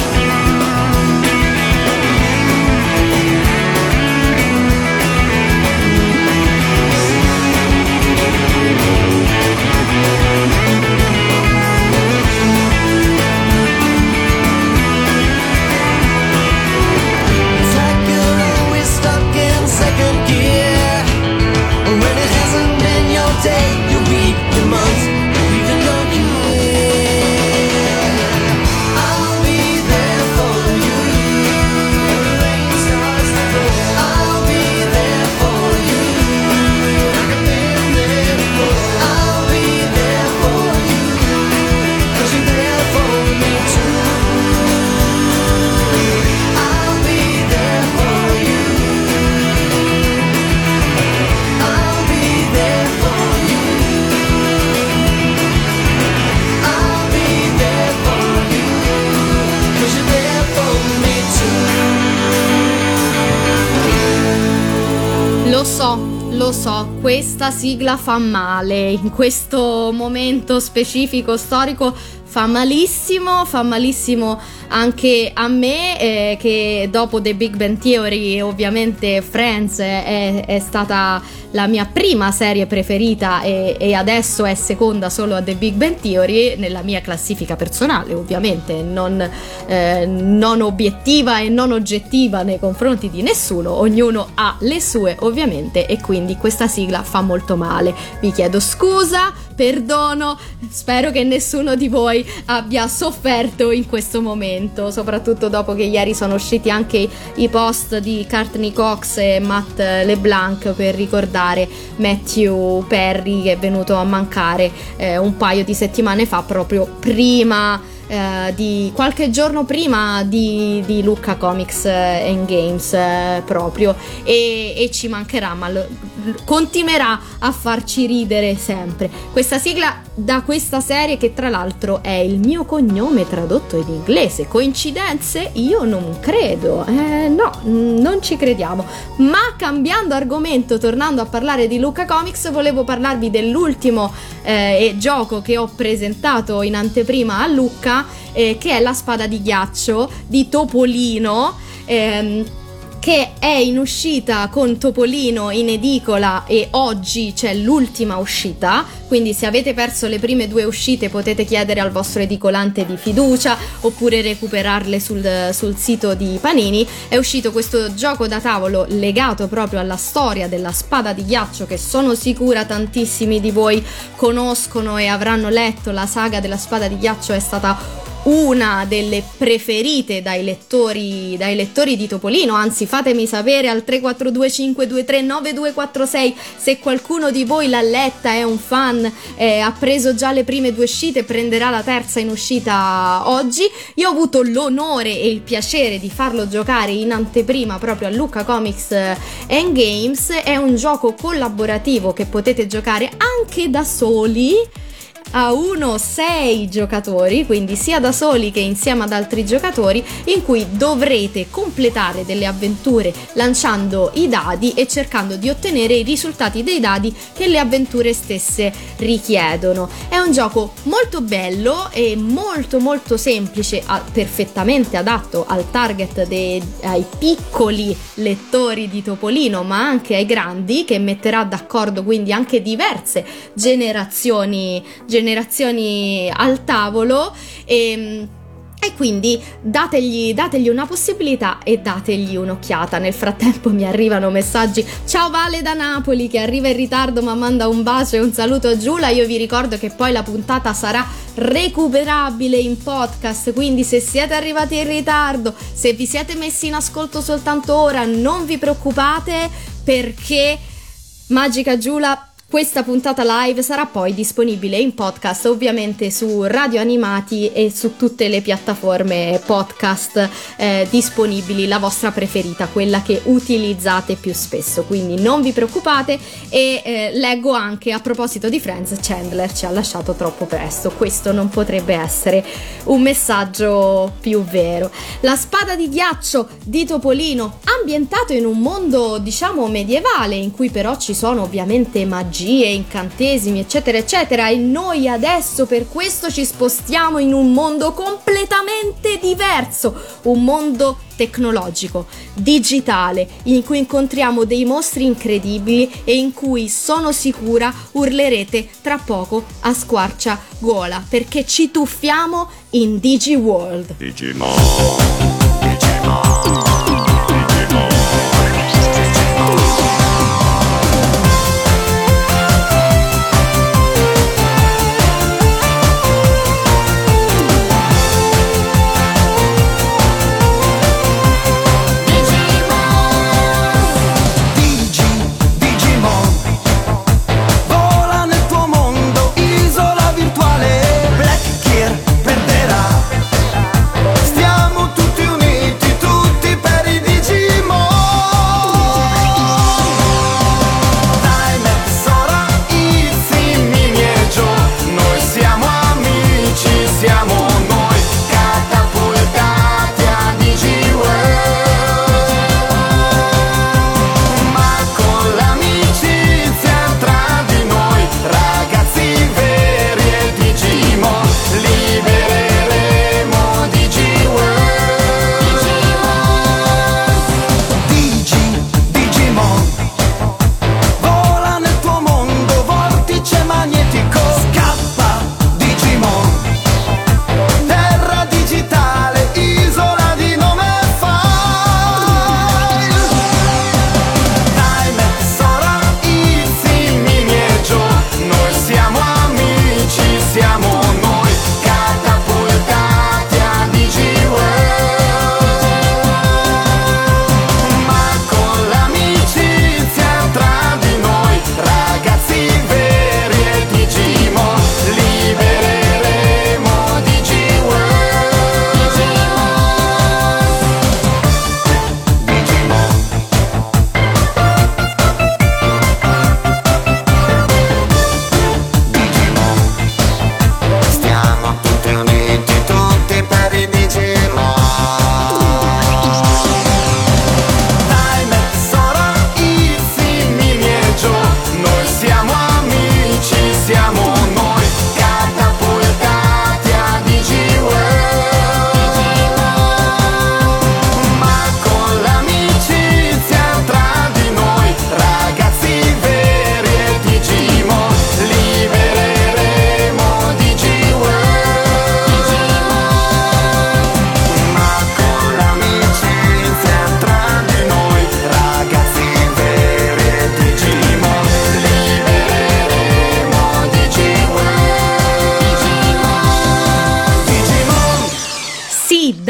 Speaker 5: It's like you're always stuck in second gear, when it hasn't been your day, your week, your month, or even your year. I'll be there for you when the rain starts to fall. I'll be there for you like I've been there before. I'll be there for you, 'cause you're there for me too. I'll be there for you. I'll be there for you. I'll be there for you, 'cause you're there for me too.
Speaker 2: Lo so, lo so, questa sigla fa male, in questo momento specifico storico fa malissimo, fa malissimo anche a me, eh, che dopo The Big Bang Theory ovviamente Friends è, è stata la mia prima serie preferita e, e adesso è seconda solo a The Big Bang Theory nella mia classifica personale, ovviamente non, eh, non obiettiva e non oggettiva nei confronti di nessuno, ognuno ha le sue ovviamente, e quindi questa sigla fa molto male. Vi chiedo scusa, perdono, spero che nessuno di voi voi abbia sofferto in questo momento, soprattutto dopo che ieri sono usciti anche i post di Courtney Cox e Matt LeBlanc per ricordare Matthew Perry, che è venuto a mancare eh, un paio di settimane fa, proprio prima Eh, di qualche giorno prima di, di Lucca Comics eh, and Games eh, proprio, e, e ci mancherà, ma lo, continuerà a farci ridere sempre. Questa sigla da questa serie, che tra l'altro è il mio cognome tradotto in inglese. Coincidenze? Io non credo, eh, no, non ci crediamo. Ma cambiando argomento, tornando a parlare di Lucca Comics, volevo parlarvi dell'ultimo eh, gioco che ho presentato in anteprima a Lucca, Eh, che è la spada di ghiaccio di Topolino, ehm, che è in uscita con Topolino in edicola, e oggi c'è l'ultima uscita, quindi se avete perso le prime due uscite potete chiedere al vostro edicolante di fiducia oppure recuperarle sul, sul sito di Panini. È uscito questo gioco da tavolo legato proprio alla storia della spada di ghiaccio, che sono sicura tantissimi di voi conoscono e avranno letto. La saga della spada di ghiaccio è stata una delle preferite dai lettori dai lettori di Topolino, anzi fatemi sapere al tre quattro due cinque due tre nove due quattro sei se qualcuno di voi l'ha letta, è un fan, eh, ha preso già le prime due uscite, prenderà la terza in uscita oggi. Io ho avuto l'onore e il piacere di farlo giocare in anteprima proprio a Lucca Comics and Games. È un gioco collaborativo che potete giocare anche da soli, a uno sei giocatori, quindi sia da soli che insieme ad altri giocatori, in cui dovrete completare delle avventure lanciando i dadi e cercando di ottenere i risultati dei dadi che le avventure stesse richiedono. È un gioco molto bello e molto molto semplice, perfettamente adatto al target dei ai piccoli lettori di Topolino, ma anche ai grandi, che metterà d'accordo quindi anche diverse generazioni generazioni al tavolo, e, e quindi dategli, dategli una possibilità e dategli un'occhiata. Nel frattempo mi arrivano messaggi: ciao Vale da Napoli, che arriva in ritardo ma manda un bacio e un saluto a Giulia. Io vi ricordo che poi la puntata sarà recuperabile in podcast, quindi se siete arrivati in ritardo, se vi siete messi in ascolto soltanto ora, non vi preoccupate, perché Magica Giulia, questa puntata live sarà poi disponibile in podcast, ovviamente su Radio Animati e su tutte le piattaforme podcast eh, disponibili, la vostra preferita, quella che utilizzate più spesso, quindi non vi preoccupate. E eh, leggo anche, a proposito di Friends, Chandler ci ha lasciato troppo presto. Questo non potrebbe essere un messaggio più vero. La spada di ghiaccio di Topolino, ambientato in un mondo diciamo medievale, in cui però ci sono ovviamente magie, incantesimi eccetera eccetera, e noi adesso per questo ci spostiamo in un mondo completamente diverso, un mondo tecnologico, digitale, in cui incontriamo dei mostri incredibili e in cui sono sicura urlerete tra poco a squarciagola, perché ci tuffiamo in DigiWorld.
Speaker 6: Digimon, Digimon.
Speaker 7: Stiamo tutti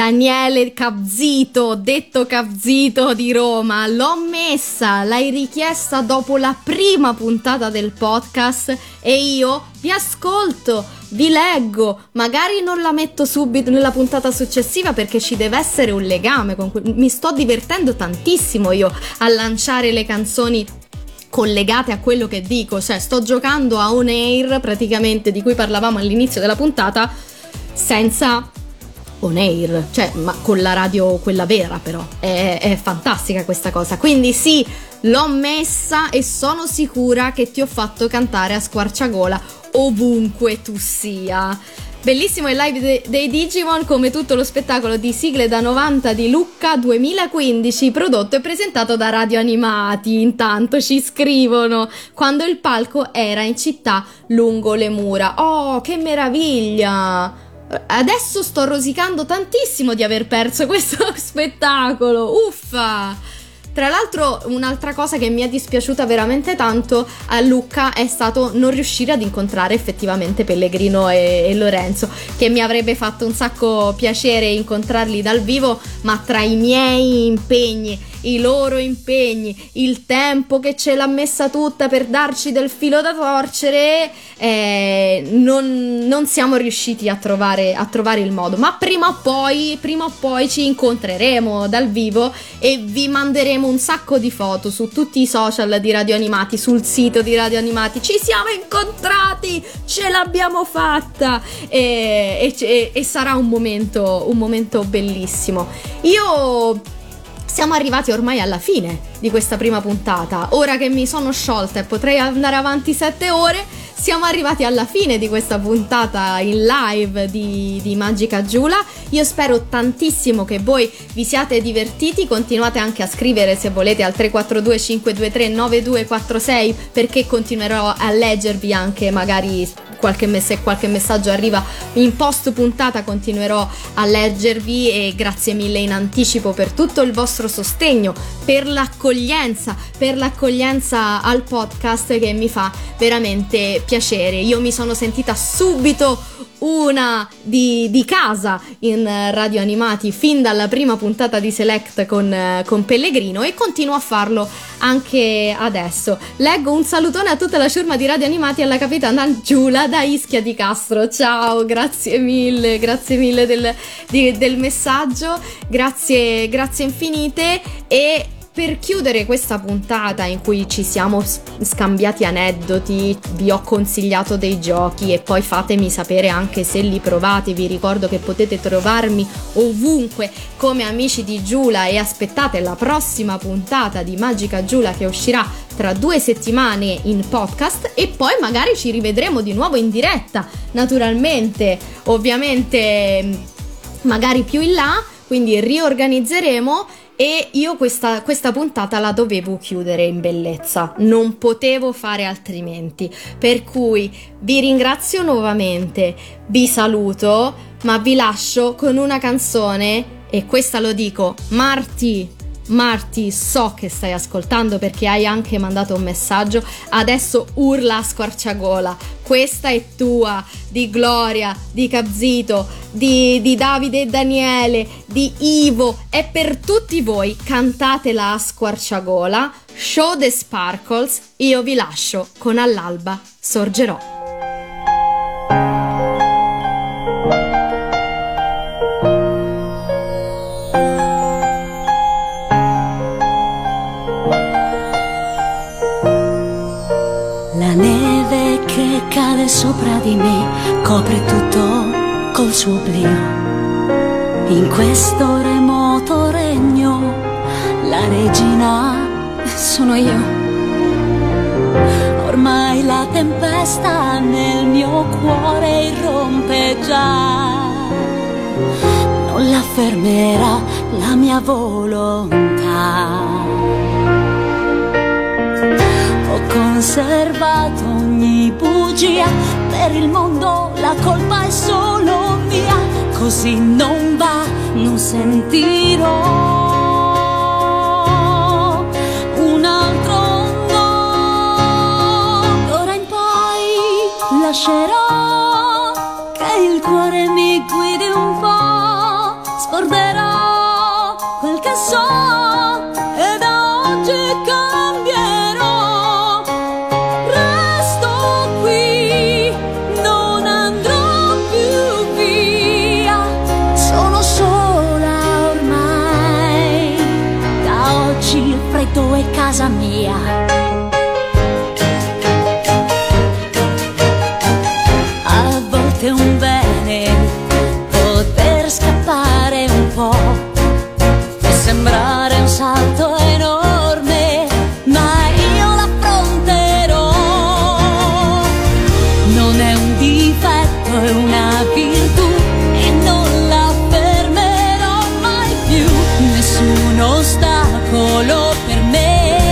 Speaker 2: Daniele Capzito, detto Capzito di Roma, l'ho messa, l'hai richiesta dopo la prima puntata del podcast e io vi ascolto, vi leggo, magari non la metto subito nella puntata successiva perché ci deve essere un legame con cui mi sto divertendo tantissimo io a lanciare le canzoni collegate a quello che dico, cioè sto giocando a on air praticamente, di cui parlavamo all'inizio della puntata, senza on air, cioè ma con la radio quella vera, però è, è fantastica questa cosa. Quindi sì, l'ho messa e sono sicura che ti ho fatto cantare a squarciagola ovunque tu sia. Bellissimo il live de- dei Digimon, come tutto lo spettacolo di sigle da novanta di Lucca duemilaquindici, prodotto e presentato da Radio Animati. Intanto ci scrivono: quando il palco era in città lungo le mura. Oh, che meraviglia! Adesso sto rosicando tantissimo di aver perso questo spettacolo, uffa! Tra l'altro un'altra cosa che mi è dispiaciuta veramente tanto a Lucca è stato non riuscire ad incontrare effettivamente Pellegrino e, e Lorenzo, che mi avrebbe fatto un sacco piacere incontrarli dal vivo, ma tra i miei impegni, i loro impegni, il tempo che ce l'ha messa tutta per darci del filo da torcere, eh, non, non siamo riusciti a trovare, a trovare il modo, ma prima o poi, prima o poi ci incontreremo dal vivo e vi manderemo un sacco di foto su tutti i social di Radio Animati, sul sito di Radio Animati. Ci siamo incontrati, ce l'abbiamo fatta e, e, e sarà un momento, un momento bellissimo. Io siamo arrivati ormai alla fine di questa prima puntata. Ora che mi sono sciolta e potrei andare avanti sette ore, siamo arrivati alla fine di questa puntata in live di, di Magica Giulia. Io spero tantissimo che voi vi siate divertiti. Continuate anche a scrivere se volete al tre quattro due cinque due tre nove due quattro sei, perché continuerò a leggervi anche magari qualche mess- se qualche messaggio arriva in post puntata, continuerò a leggervi. E grazie mille in anticipo per tutto il vostro sostegno, per l'accoglienza, per l'accoglienza al podcast, che mi fa veramente piacere. Io mi sono sentita subito una di, di casa in Radio Animati fin dalla prima puntata di Select con, con Pellegrino, e continuo a farlo anche adesso. Leggo un salutone a tutta la ciurma di Radio Animati e alla capitana Giulia da Ischia di Castro. Ciao, grazie mille, grazie mille del, di, del messaggio, grazie, grazie infinite. E per chiudere questa puntata in cui ci siamo scambiati aneddoti, vi ho consigliato dei giochi e poi fatemi sapere anche se li provate. Vi ricordo che potete trovarmi ovunque come Amici di Giulia e aspettate la prossima puntata di Magica Giulia, che uscirà tra due settimane in podcast, e poi magari ci rivedremo di nuovo in diretta, naturalmente, ovviamente magari più in là, quindi riorganizzeremo. E io questa, questa puntata la dovevo chiudere in bellezza, non potevo fare altrimenti, per cui vi ringrazio nuovamente, vi saluto, ma vi lascio con una canzone, e questa lo dico, Marti, Marti, so che stai ascoltando perché hai anche mandato un messaggio, adesso urla a squarciagola, questa è tua, di Gloria, di Capzito, di, di Davide e Daniele, di Ivo, è per tutti voi, cantatela a squarciagola, Show the Sparkles. Io vi lascio con All'alba sorgerò.
Speaker 6: Cade sopra di me, copre tutto col suo oblio. In questo remoto regno, la regina sono io. Ormai la tempesta nel mio cuore irrompe già, non la fermerà la mia volontà. Ho conservato ogni bugia, per il mondo la colpa è solo mia, così non va, non sentirò un altro no. D'ora in poi lascerò che il cuore mi guidi un po', scorderò quel che so e da oggi cambierò. Resto qui, non andrò più via, sono sola ormai, da oggi il freddo è casa mia. È un bene poter scappare un po' e sembrare un salto enorme, ma io l'affronterò. Non è un difetto, è una virtù e non la fermerò mai più. Nessun ostacolo per me.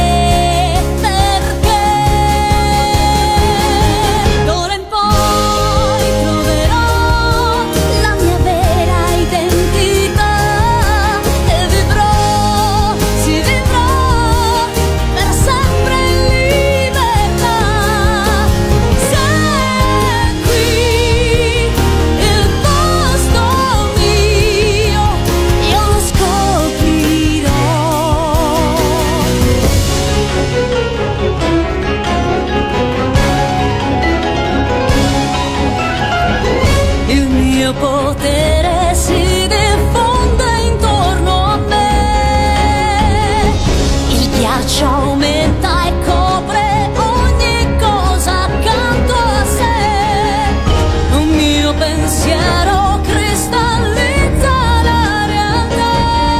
Speaker 6: Potere si diffonde intorno a me, il ghiaccio aumenta e copre ogni cosa accanto a sé. Un mio pensiero cristallizza la realtà,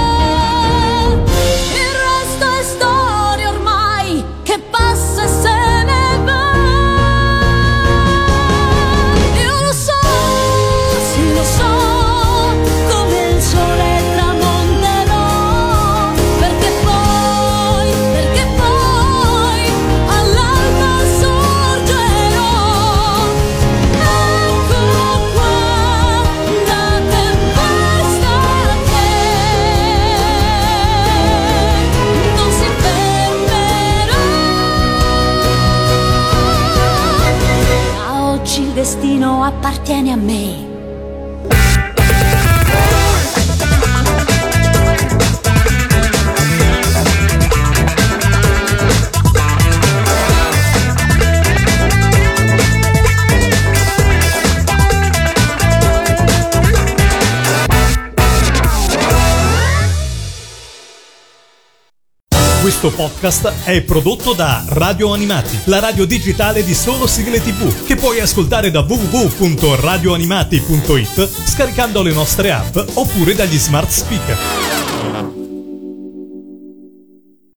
Speaker 6: il resto è storia ormai che passa e se ne va. Io lo so, lo so, come il sole tramonterò, perché poi, perché poi all'alba sorgerò. Ecco qua la tempesta che non si fermerà. Da oggi il destino appartiene a me.
Speaker 1: Questo podcast è prodotto da Radio Animati, la radio digitale di solo sigle tivù, che puoi ascoltare da w w w punto radio animati punto it scaricando le nostre app oppure dagli smart speaker.